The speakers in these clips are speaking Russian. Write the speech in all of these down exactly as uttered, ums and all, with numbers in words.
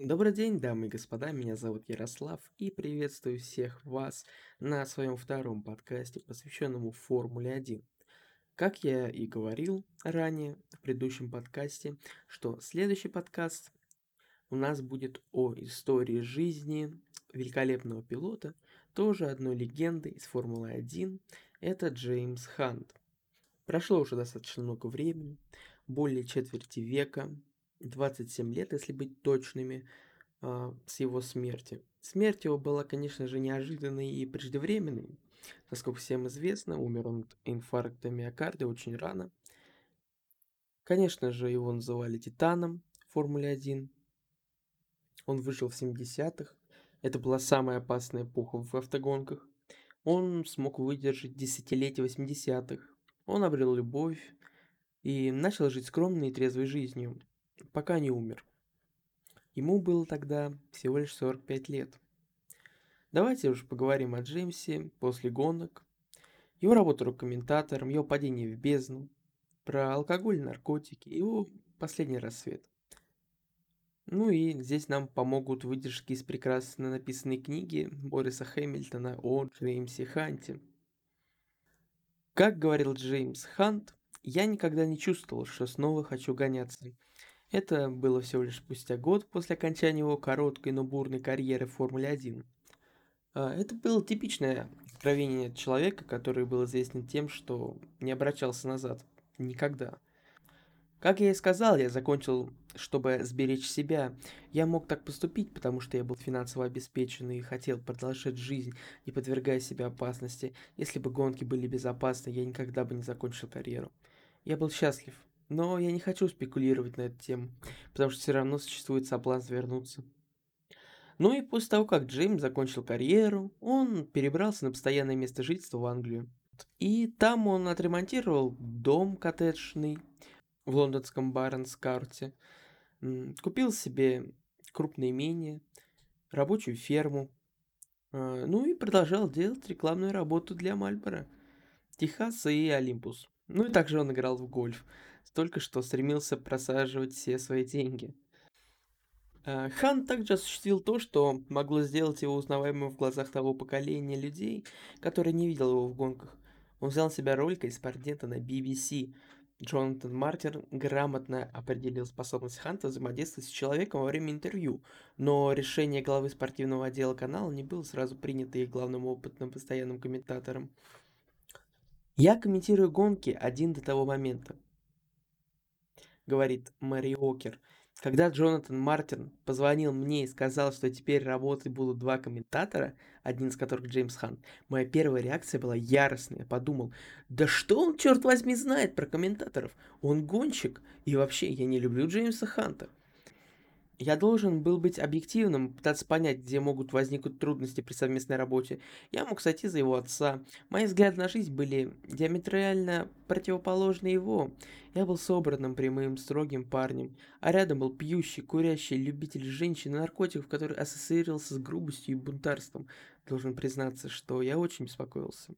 Добрый день, дамы и господа, меня зовут Ярослав и приветствую всех вас на своем втором подкасте, посвященному Формуле один. Как я и говорил ранее в предыдущем подкасте, что следующий подкаст у нас будет о истории жизни великолепного пилота, тоже одной легенды из Формулы один, это Джеймс Хант. Прошло уже достаточно много времени, более четверти века, двадцать семь лет, если быть точными, а, с его смерти. Смерть его была, конечно же, неожиданной и преждевременной. Насколько всем известно, умер он от инфаркта миокарда очень рано. Конечно же, его называли Титаном в Формуле один. Он выжил в семидесятых. Это была самая опасная эпоха в автогонках. Он смог выдержать десятилетие восьмидесятых. Он обрел любовь и начал жить скромной и трезвой жизнью, пока не умер. Ему было тогда всего лишь сорок пять лет. Давайте уж поговорим о Джеймсе после гонок, его работу комментатором, его падении в бездну, про алкоголь, наркотики, его последний рассвет. Ну и здесь нам помогут выдержки из прекрасно написанной книги Бориса Хэмилтона о Джеймсе Ханте. Как говорил Джеймс Хант, я никогда не чувствовал, что снова хочу гоняться. Это было всего лишь спустя год после окончания его короткой, но бурной карьеры в Формуле один. А, Это было типичное откровение человека, который был известен тем, что не обращался назад. Никогда. Как я и сказал, я закончил, чтобы сберечь себя. Я мог так поступить, потому что я был финансово обеспечен и хотел продолжать жизнь, не подвергая себя опасности. Если бы гонки были безопасны, я никогда бы не закончил карьеру. Я был счастлив, но я не хочу спекулировать на эту тему, потому что все равно существует соблазн вернуться. Ну и после того, как Джеймс закончил карьеру, он перебрался на постоянное место жительства в Англию. И там он отремонтировал дом коттеджный в лондонском Барнс-Карте, м, купил себе крупное имение, рабочую ферму, а, ну и продолжал делать рекламную работу для Мальборо, Техаса и Олимпус. Ну и также он играл в гольф, столько что стремился просаживать все свои деньги. А, Хан также осуществил то, что могло сделать его узнаваемым в глазах того поколения людей, которое не видел его в гонках. Он взял на себя роль корреспондента на би би си. Джонатан Мартин грамотно определил способность Ханта взаимодействовать с человеком во время интервью, но решение главы спортивного отдела канала не было сразу принято их главным опытным постоянным комментатором. «Я комментирую гонки один до того момента», — говорит Мэри Уокер. Когда Джонатан Мартин позвонил мне и сказал, что теперь работать будут два комментатора, один из которых Джеймс Хант, моя первая реакция была яростная. Я подумал, да что он, черт возьми, знает про комментаторов? Он гонщик. И вообще, я не люблю Джеймса Ханта. Я должен был быть объективным, пытаться понять, где могут возникнуть трудности при совместной работе. Я мог сойти за его отца. Мои взгляды на жизнь были диаметрально противоположны его. Я был собранным, прямым, строгим парнем, а рядом был пьющий, курящий, любитель женщин и наркотиков, который ассоциировался с грубостью и бунтарством. Должен признаться, что я очень беспокоился.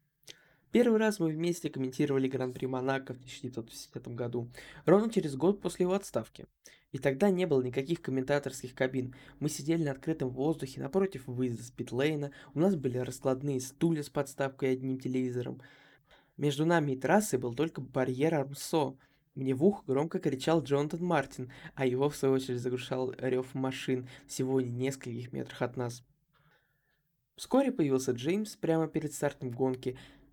Первый раз мы вместе комментировали Гран-при Монако в тысяча девятьсот восьмидесятом году, ровно через год после его отставки. И тогда не было никаких комментаторских кабин. Мы сидели на открытом воздухе напротив выезда с питлейна, у нас были раскладные стулья с подставкой и одним телевизором. Между нами и трассой был только барьер Армсо. Мне в ухо громко кричал Джонатан Мартин, а его в свою очередь заглушал рев машин всего в нескольких метрах от нас. Вскоре появился Джеймс прямо перед стартом гонки,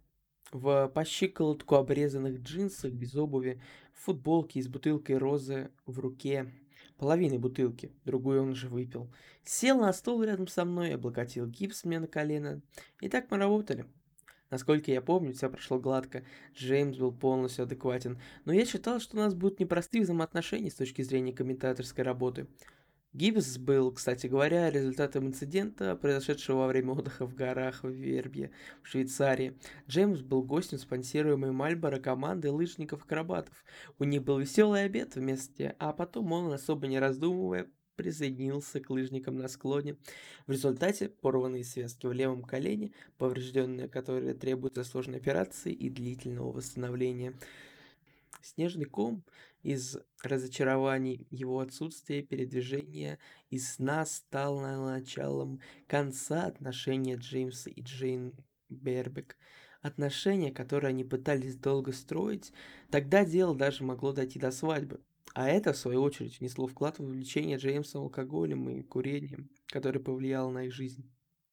в по щиколотку обрезанных джинсах, без обуви, в футболке и с бутылкой розы в руке. Половиной бутылки, другую он уже выпил. Сел на стол рядом со мной, облокотил гипс мне на колено. И так мы работали. Насколько я помню, все прошло гладко. Джеймс был полностью адекватен. Но я считал, что у нас будут непростые взаимоотношения с точки зрения комментаторской работы. Гибс был, кстати говоря, результатом инцидента, произошедшего во время отдыха в горах в Вербье, в Швейцарии. Джеймс был гостем спонсируемой Мальборо команды лыжников-акробатов. У них был веселый обед вместе, а потом он, особо не раздумывая, присоединился к лыжникам на склоне. В результате порванные связки в левом колене, поврежденные которые требуют сложной операции и длительного восстановления. Снежный ком из разочарований, его отсутствия, передвижения и сна стал на- началом конца отношения Джеймса и Джейн Бербек. Отношения, которые они пытались долго строить, тогда дело даже могло дойти до свадьбы. А это, в свою очередь, внесло вклад в увлечение Джеймсом алкоголем и курением, которое повлияло на их жизнь.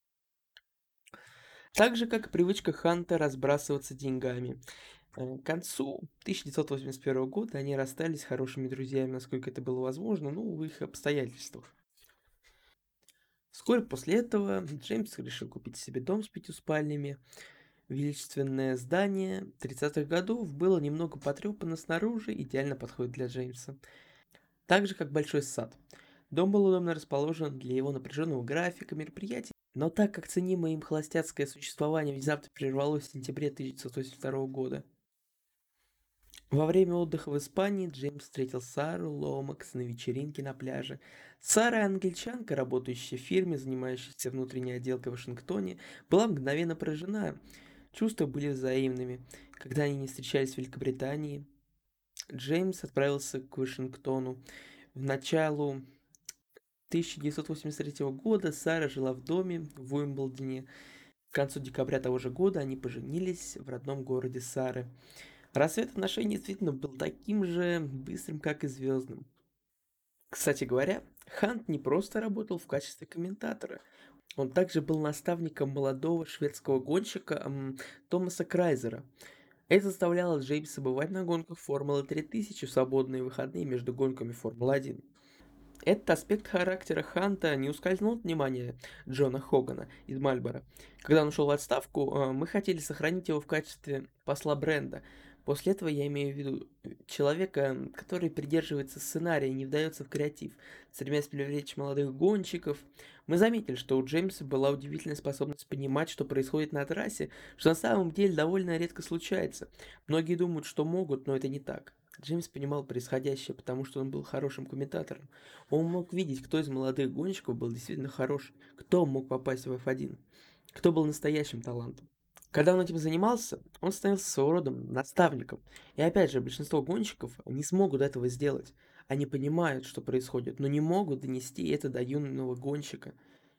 Так же, как и привычка Ханта разбрасываться деньгами. Э, К концу тысяча девятьсот восемьдесят первого года они расстались с хорошими друзьями, насколько это было возможно, ну, в их обстоятельствах. Вскоре после этого Джеймс решил купить себе дом с пятью спальнями. Величественное здание тридцатых годов было немного потрепано снаружи, идеально подходит для Джеймса. Так же, как большой сад. Дом был удобно расположен для его напряженного графика мероприятий, но так как ценимое им холостяцкое существование внезапно прервалось в сентябре тысяча девятьсот восемьдесят второго года. Во время отдыха в Испании Джеймс встретил Сару Ломакс на вечеринке на пляже. Сара, англичанка, работающая в фирме, занимающейся внутренней отделкой в Вашингтоне, была мгновенно поражена. Чувства были взаимными. Когда они не встречались в Великобритании, Джеймс отправился к Вашингтону. В началу тысяча девятьсот восемьдесят третьего года Сара жила в доме в Уимблдоне. К концу декабря того же года они поженились в родном городе Сары. Рассвет отношений действительно был таким же быстрым, как и звездным. Кстати говоря, Хант не просто работал в качестве комментатора. Он также был наставником молодого шведского гонщика м, Томаса Крайзера. Это заставляло Джеймса бывать на гонках Формулы три тысячи в свободные выходные между гонками Формулы один. Этот аспект характера Ханта не ускользнул от внимания Джона Хогана из Мальборо. Когда он ушел в отставку, э, мы хотели сохранить его в качестве посла бренда. После этого я имею в виду человека, м, который придерживается сценария и не вдается в креатив, стремясь привлечь молодых гонщиков. Мы заметили, что у Джеймса была удивительная способность понимать, что происходит на трассе, что на самом деле довольно редко случается. Многие думают, что могут, но это не так. Джеймс понимал происходящее, потому что он был хорошим комментатором. Он мог видеть, кто из молодых гонщиков был действительно хорош, кто мог попасть в эф один, кто был настоящим талантом. Когда он этим занимался, он становился своего рода наставником. И опять же, большинство гонщиков не смогут этого сделать. Они понимают, что происходит, но не могут донести это до юного гонщика.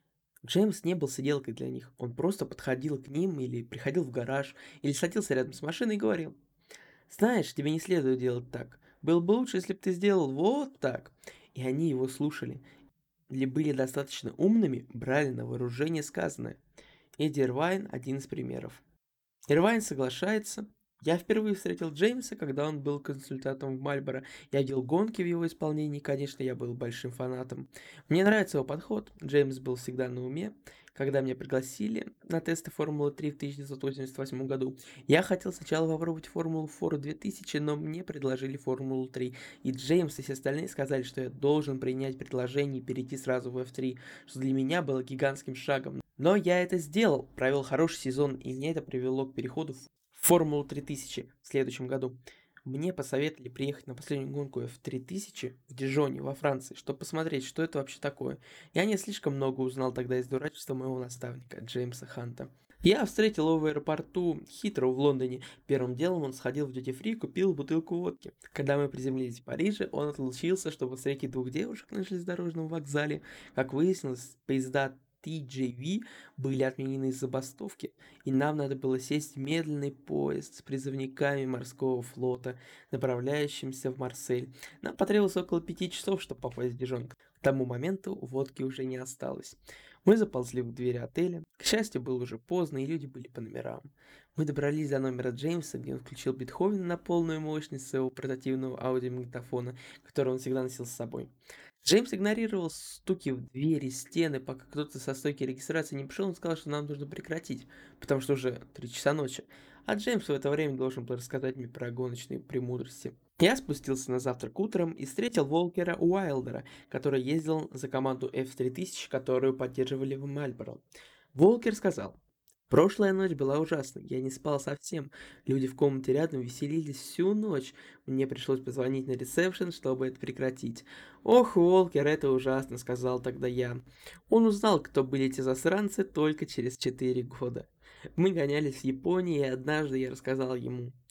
Джеймс не был сиделкой для них. Он просто подходил к ним или приходил в гараж, или садился рядом с машиной и говорил: «Знаешь, тебе не следует делать так. Было бы лучше, если бы ты сделал вот так». И они его слушали. Или были достаточно умными, брали на вооружение сказанное. Эдди Ирвайн– один из примеров. Ирвайн соглашается. Я впервые встретил Джеймса, когда он был консультантом в Мальборо. Я видел гонки в его исполнении, конечно, я был большим фанатом. Мне нравится его подход. Джеймс был всегда на уме. Когда меня пригласили на тесты Формулы три в тысяча девятьсот восемьдесят восьмом году, я хотел сначала попробовать Формулу Фор две тысячи, но мне предложили Формулу три. И Джеймс и все остальные сказали, что я должен принять предложение и перейти сразу в эф три, что для меня было гигантским шагом. Но я это сделал, провел хороший сезон, и мне это привело к переходу в Формулу три тысячи в следующем году. Мне посоветовали приехать на последнюю гонку эф три тысячи в Дижоне, во Франции, чтобы посмотреть, что это вообще такое. Я не слишком много узнал тогда из дурачества моего наставника, Джеймса Ханта. Я встретил его в аэропорту Хитроу в Лондоне. Первым делом он сходил в дьюти-фри и купил бутылку водки. Когда мы приземлились в Париже, он отлучился, чтобы встретить двух девушек на железнодорожном вокзале. Как выяснилось, поезда ти джей ви были отменены из забастовки, и нам надо было сесть в медленный поезд с призывниками морского флота, направляющимся в Марсель. Нам потребовалось около пяти часов, чтобы попасть в Дижон. К тому моменту водки уже не осталось. Мы заползли в двери отеля. К счастью, было уже поздно, и люди были по номерам. Мы добрались до номера Джеймса, где он включил Бетховена на полную мощность своего портативного аудиомагнитофона, который он всегда носил с собой. Джеймс игнорировал стуки в двери, стены, пока кто-то со стойки регистрации не пришел. Он сказал, что нам нужно прекратить, потому что уже три часа ночи. А Джеймс в это время должен был рассказать мне про гоночные премудрости. Я спустился на завтрак утром и встретил Волкера Уайлдера, который ездил за команду эф три тысячи, которую поддерживали в Мальборо. Волкер сказал: «Прошлая ночь была ужасной, я не спал совсем. Люди в комнате рядом веселились всю ночь. Мне пришлось позвонить на ресепшн, чтобы это прекратить». «Ох, Волкер, это ужасно», — сказал тогда я. Он узнал, кто были эти засранцы, только через четыре года. Мы гонялись в Японии, и однажды я рассказал ему: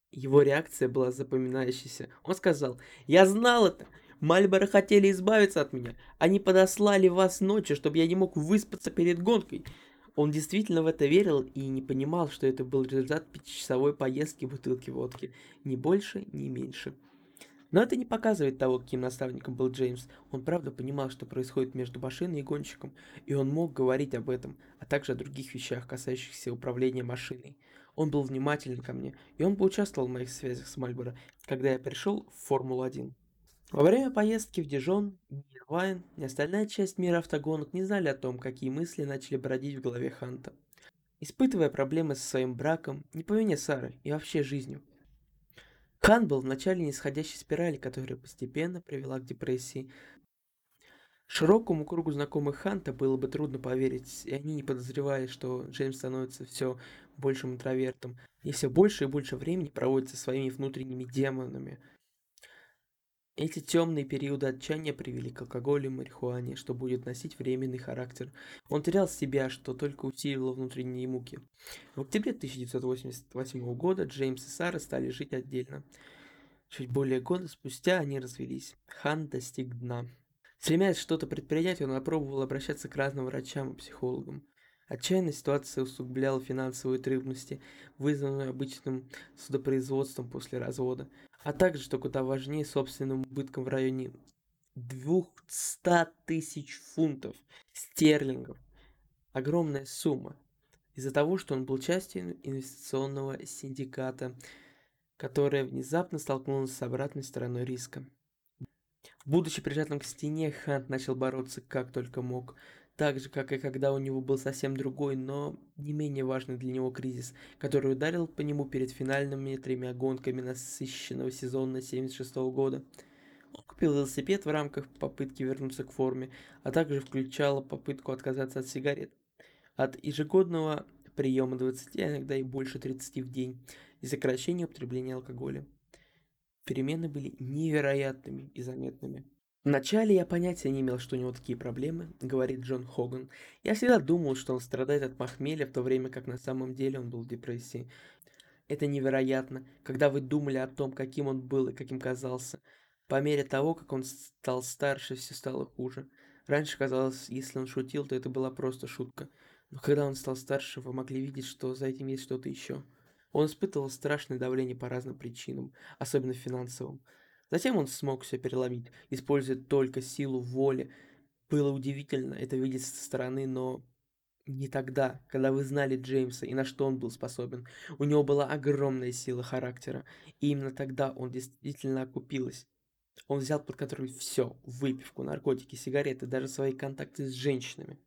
Его реакция была запоминающейся. Он сказал: «Я знал это! Мальборо хотели избавиться от меня. Они подослали вас ночью, чтобы я не мог выспаться перед гонкой». Он действительно в это верил и не понимал, что это был результат пятичасовой поездки в бутылке водки. Ни больше, ни меньше. Но это не показывает того, каким наставником был Джеймс. Он правда понимал, что происходит между машиной и гонщиком, и он мог говорить об этом, а также о других вещах, касающихся управления машиной. Он был внимателен ко мне, и он поучаствовал в моих связях с Мальборо, когда я пришел в Формулу один. Во время поездки в Дижон, ни Ирвайн, ни остальная часть мира автогонок не знали о том, какие мысли начали бродить в голове Ханта. Испытывая проблемы со своим браком, не по вине Сары и вообще жизнью, Хан был в начале нисходящей спирали, которая постепенно привела к депрессии. Широкому кругу знакомых Ханта было бы трудно поверить, и они не подозревали, что Джеймс становится все большим интровертом и все больше и больше времени проводит со своими внутренними демонами. Эти темные периоды отчаяния привели к алкоголю и марихуане, что будет носить временный характер. Он терял себя, что только усиливало внутренние муки. В октябре тысяча девятьсот восемьдесят восьмого года Джеймс и Сара стали жить отдельно. Чуть более года спустя они развелись. Хан достиг дна. Стремясь что-то предпринять, он опробовал обращаться к разным врачам и психологам. Отчаянная ситуация усугубляла финансовые трудности, вызванные обычным судопроизводством после развода, а также, что куда важнее, собственным убытком в районе двухсот тысяч фунтов стерлингов. Огромная сумма. Из-за того, что он был частью инвестиционного синдиката, которая внезапно столкнулась с обратной стороной риска. Будучи прижатым к стене, Хант начал бороться как только мог, так же, как и когда у него был совсем другой, но не менее важный для него кризис, который ударил по нему перед финальными тремя гонками насыщенного сезона семьдесят шестого года. Он купил велосипед в рамках попытки вернуться к форме, а также включала попытку отказаться от сигарет, от ежегодного приема двадцати, а иногда и больше тридцати в день, и сокращения употребления алкоголя. Перемены были невероятными и заметными. Вначале я понятия не имел, что у него такие проблемы, говорит Джон Хоган. Я всегда думал, что он страдает от похмелья, в то время как на самом деле он был в депрессии. Это невероятно, когда вы думали о том, каким он был и каким казался. По мере того, как он стал старше, все стало хуже. Раньше казалось, если он шутил, то это была просто шутка. Но когда он стал старше, вы могли видеть, что за этим есть что-то еще. Он испытывал страшное давление по разным причинам, особенно финансовым. Затем он смог все переломить, используя только силу воли. Было удивительно это видеть со стороны, но не тогда, когда вы знали Джеймса и на что он был способен. У него была огромная сила характера, и именно тогда он действительно окупилась. Он взял под контроль все: выпивку, наркотики, сигареты, даже свои контакты с женщинами.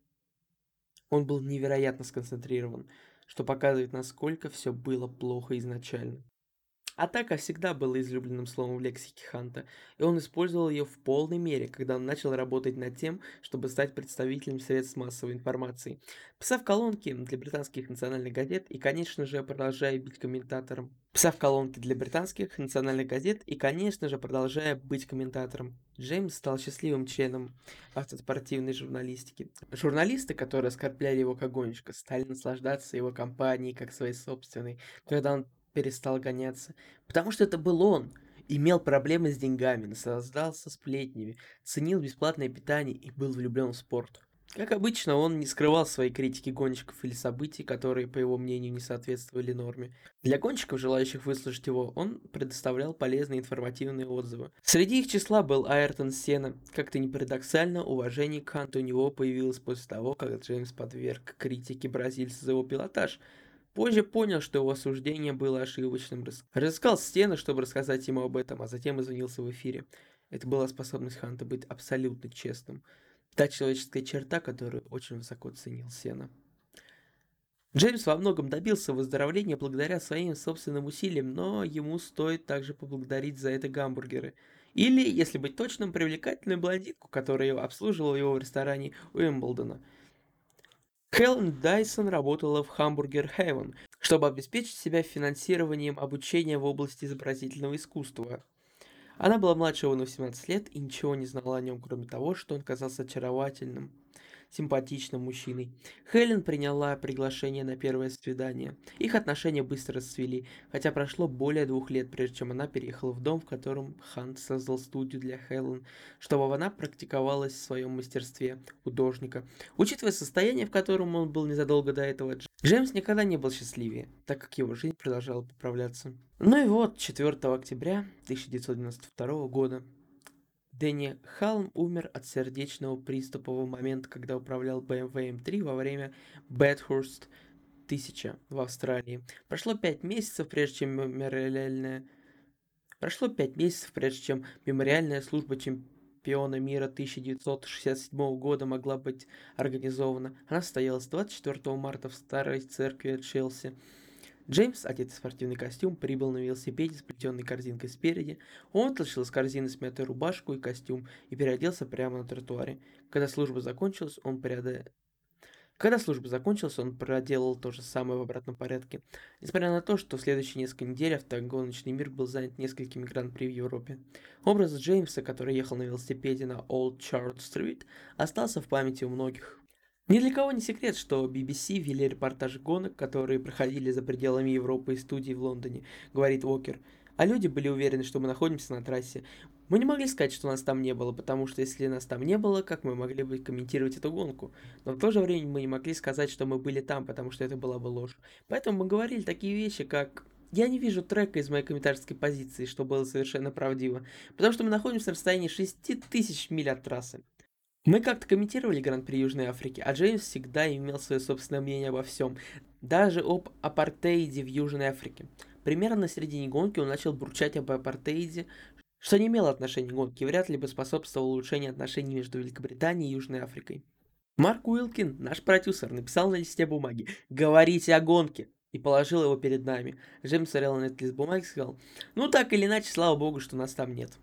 Он был невероятно сконцентрирован, что показывает, насколько все было плохо изначально. Атака всегда была излюбленным словом в лексике Ханта, и он использовал ее в полной мере, когда он начал работать над тем, чтобы стать представителем средств массовой информации, писав колонки для британских национальных газет и, конечно же, продолжая быть комментатором. Писав колонки для британских национальных газет и, конечно же, продолжая быть комментатором. Джеймс стал счастливым членом автоспортивной журналистики. Журналисты, которые оскорбляли его как гонщика, стали наслаждаться его компанией как своей собственной, когда он перестал гоняться, потому что это был он. Имел проблемы с деньгами, наслаждался сплетнями, ценил бесплатное питание и был влюблен в спорт. Как обычно, он не скрывал своей критики гонщиков или событий, которые, по его мнению, не соответствовали норме. Для гонщиков, желающих выслушать его, он предоставлял полезные информативные отзывы. Среди их числа был Айртон Сенна. Как-то не парадоксально, уважение к Ханту у него появилось после того, как Джеймс подверг критике бразильца за его пилотаж. Позже понял, что его осуждение было ошибочным. Разыскал Стена, чтобы рассказать ему об этом, а затем извинился в эфире. Это была способность Ханта быть абсолютно честным. Та человеческая черта, которую очень высоко ценил Сена. Джеймс во многом добился выздоровления благодаря своим собственным усилиям, но ему стоит также поблагодарить за это гамбургеры. Или, если быть точным, привлекательную блондинку, которая обслуживала его в ресторане Уимблдона. Хелен Дайсон работала в Hamburger Haven, чтобы обеспечить себя финансированием обучения в области изобразительного искусства. Она была младше его на восемнадцать лет и ничего не знала о нем, кроме того, что он казался очаровательным. симпатичным мужчиной. Хелен приняла приглашение на первое свидание. Их отношения быстро расцвели, хотя прошло более двух лет, прежде чем она переехала в дом, в котором Хант создал студию для Хелен, чтобы она практиковалась в своем мастерстве художника. Учитывая состояние, в котором он был незадолго до этого, Джеймс никогда не был счастливее, так как его жизнь продолжала поправляться. Ну и вот, четвёртого октября тысяча девятьсот девяносто второго года Дэнни Халм умер от сердечного приступа в момент, когда управлял бэ эм вэ эм три во время Бэдхурст тысяча в Австралии. Прошло пять месяцев, прежде чем мемориальная... Прошло пять месяцев, прежде чем мемориальная служба чемпиона мира тысяча девятьсот шестьдесят седьмого года могла быть организована. Она состоялась двадцать четвёртого марта в старой церкви Челси. Джеймс, одетый в спортивный костюм, прибыл на велосипеде с плетеной корзинкой спереди. Он вытащил из корзины смятую рубашку и костюм и переоделся прямо на тротуаре. Когда служба закончилась, он преодолел... Когда служба закончилась, он проделал то же самое в обратном порядке. Несмотря на то, что в следующие несколько недель автогоночный мир был занят несколькими гран-при в Европе. Образ Джеймса, который ехал на велосипеде на Олд Чарт-стрит, остался в памяти у многих. Ни для кого не секрет, что би би си вели репортажи гонок, которые проходили за пределами Европы и студии в Лондоне, говорит Уокер. А люди были уверены, что мы находимся на трассе. Мы не могли сказать, что нас там не было, потому что если нас там не было, как мы могли бы комментировать эту гонку? Но в то же время мы не могли сказать, что мы были там, потому что это была бы ложь. Поэтому мы говорили такие вещи, как... Я не вижу трека из моей комментаторской позиции, что было совершенно правдиво, потому что мы находимся на расстоянии шести тысяч миль от трассы. Мы как-то комментировали Гран-при Южной Африки, а Джеймс всегда имел свое собственное мнение обо всем, даже об апартеиде в Южной Африке. Примерно на середине гонки он начал бурчать об апартеиде, что не имело отношения к гонке и вряд ли бы способствовало улучшению отношений между Великобританией и Южной Африкой. Марк Уилкин, наш продюсер, написал на листе бумаги «Говорите о гонке!» и положил его перед нами. Джеймс смотрел на этот лист бумаги и сказал: «Ну так или иначе, слава богу, что нас там нет».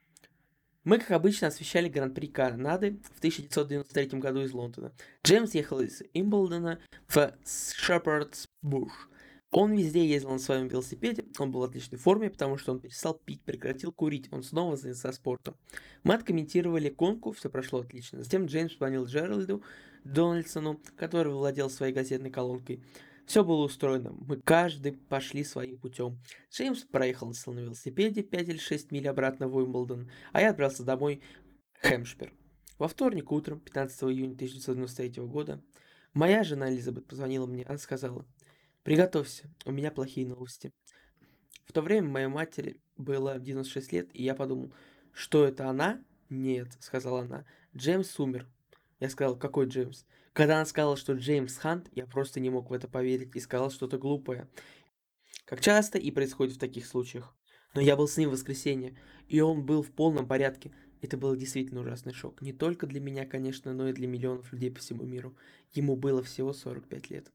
Мы, как обычно, освещали Гран-при Канады в тысяча девятьсот девяносто третьем году из Лондона. Джеймс ехал из Имблдона в Шепардс Буш. Он везде ездил на своем велосипеде, он был в отличной форме, потому что он перестал пить, прекратил курить, он снова занялся спортом. Мы откомментировали гонку, все прошло отлично. Затем Джеймс позвонил Джеральду Дональдсону, который владел своей газетной колонкой. Все было устроено, мы каждый пошли своим путем. Джеймс проехал на велосипеде пять или шесть миль обратно в Уимблдон, а я отправился домой в Хэмпшир. Во вторник утром, пятнадцатого июня тысяча девятьсот девяносто третьего года, моя жена Элизабет позвонила мне, она сказала: «Приготовься, у меня плохие новости». В то время моей матери было девяносто шесть лет, и я подумал: «Что это она?» «Нет», — сказала она, — «Джеймс умер». Я сказал: «Какой Джеймс?» Когда она сказала, что Джеймс Хант, я просто не мог в это поверить и сказал что-то глупое, как часто и происходит в таких случаях. Но я был с ним в воскресенье, и он был в полном порядке. Это был действительно ужасный шок. Не только для меня, конечно, но и для миллионов людей по всему миру. Ему было всего сорок пять лет.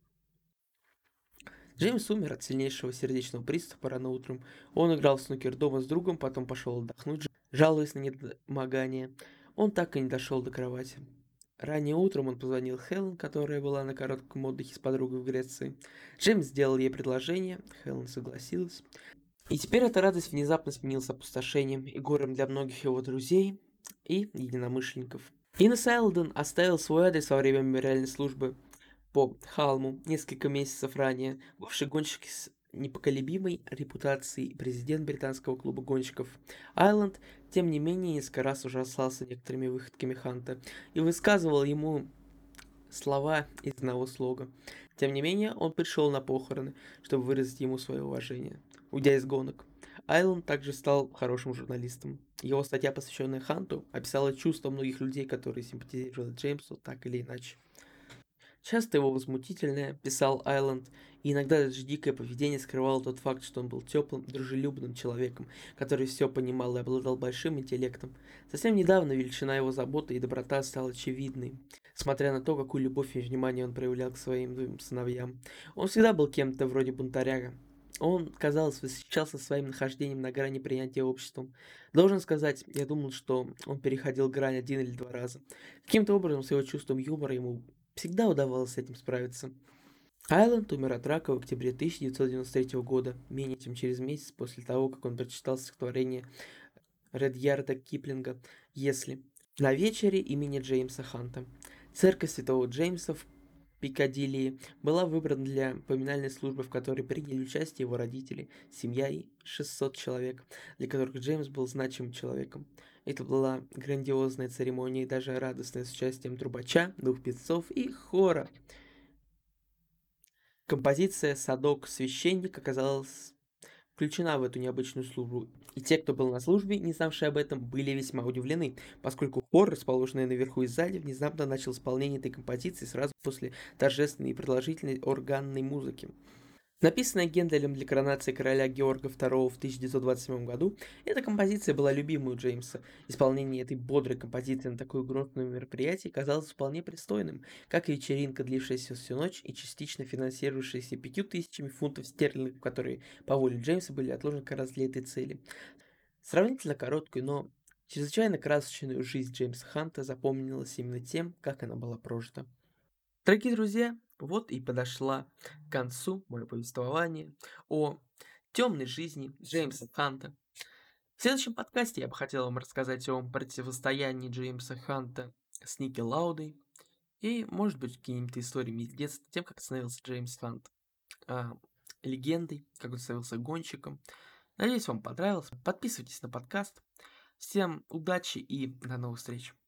Джеймс умер от сильнейшего сердечного приступа рано утром. Он играл в снукер дома с другом, потом пошел отдохнуть, жалуясь на недомогание. Он так и не дошел до кровати. Раннее утром он позвонил Хелен, которая была на коротком отдыхе с подругой в Греции. Джеймс сделал ей предложение, Хелен согласилась. И теперь эта радость внезапно сменилась опустошением и горем для многих его друзей и единомышленников. Инес Айлден оставил свой адрес во время мемориальной службы по Халму несколько месяцев ранее. Бывший гонщик с непоколебимой репутацией президент британского клуба гонщиков Айланд, тем не менее, несколько раз ужасался некоторыми выходками Ханта и высказывал ему слова из одного слога. Тем не менее, он пришел на похороны, чтобы выразить ему свое уважение. Уйдя из гонок, Айланд также стал хорошим журналистом. Его статья, посвященная Ханту, описала чувства многих людей, которые симпатизировали Джеймсу так или иначе. Часто его возмутительное, писал Айланд, и иногда даже дикое поведение скрывало тот факт, что он был теплым, дружелюбным человеком, который все понимал и обладал большим интеллектом. Совсем недавно величина его заботы и доброта стала очевидной, смотря на то, какую любовь и внимание он проявлял к своим двум сыновьям. Он всегда был кем-то вроде бунтаря. Он, казалось, восхищался своим нахождением на грани принятия обществом. Должен сказать, я думал, что он переходил грань один или два раза. Каким-то образом с его чувством юмора ему всегда удавалось с этим справиться. Айланд умер от рака в октябре тысяча девятьсот девяносто третьего года, менее чем через месяц после того, как он прочитал стихотворение Редьярда Киплинга «Если» на вечере имени Джеймса Ханта. Церковь Святого Джеймса в Пикадилли была выбрана для поминальной службы, в которой приняли участие его родители, семья и шестьсот человек, для которых Джеймс был значимым человеком. Это была грандиозная церемония и даже радостная, с участием трубача, двух певцов и хора. Композиция «Садок священник» оказалась включена в эту необычную службу, и те, кто был на службе, не знавшие об этом, были весьма удивлены, поскольку хор, расположенный наверху из зали, внезапно начал исполнение этой композиции сразу после торжественной и продолжительной органной музыки. Написанная Генделем для коронации короля Георга второго в тысяча девятьсот двадцать седьмом году, эта композиция была любимой у Джеймса. Исполнение этой бодрой композиции на такое грозное мероприятие казалось вполне пристойным, как и вечеринка, длившаяся всю ночь и частично финансировавшаяся пятью тысячами фунтов стерлингов, которые по воле Джеймса были отложены как раз для этой цели. Сравнительно короткую, но чрезвычайно красочную жизнь Джеймса Ханта запомнилась именно тем, как она была прожита. Дорогие друзья, вот и подошла к концу мое повествование о темной жизни Джеймса Ханта. В следующем подкасте я бы хотел вам рассказать о противостоянии Джеймса Ханта с Ники Лаудой и, может быть, какие-нибудь историями из детства, тем, как становился Джеймс Хант а, легендой, как он становился гонщиком. Надеюсь, вам понравилось. Подписывайтесь на подкаст. Всем удачи и до новых встреч.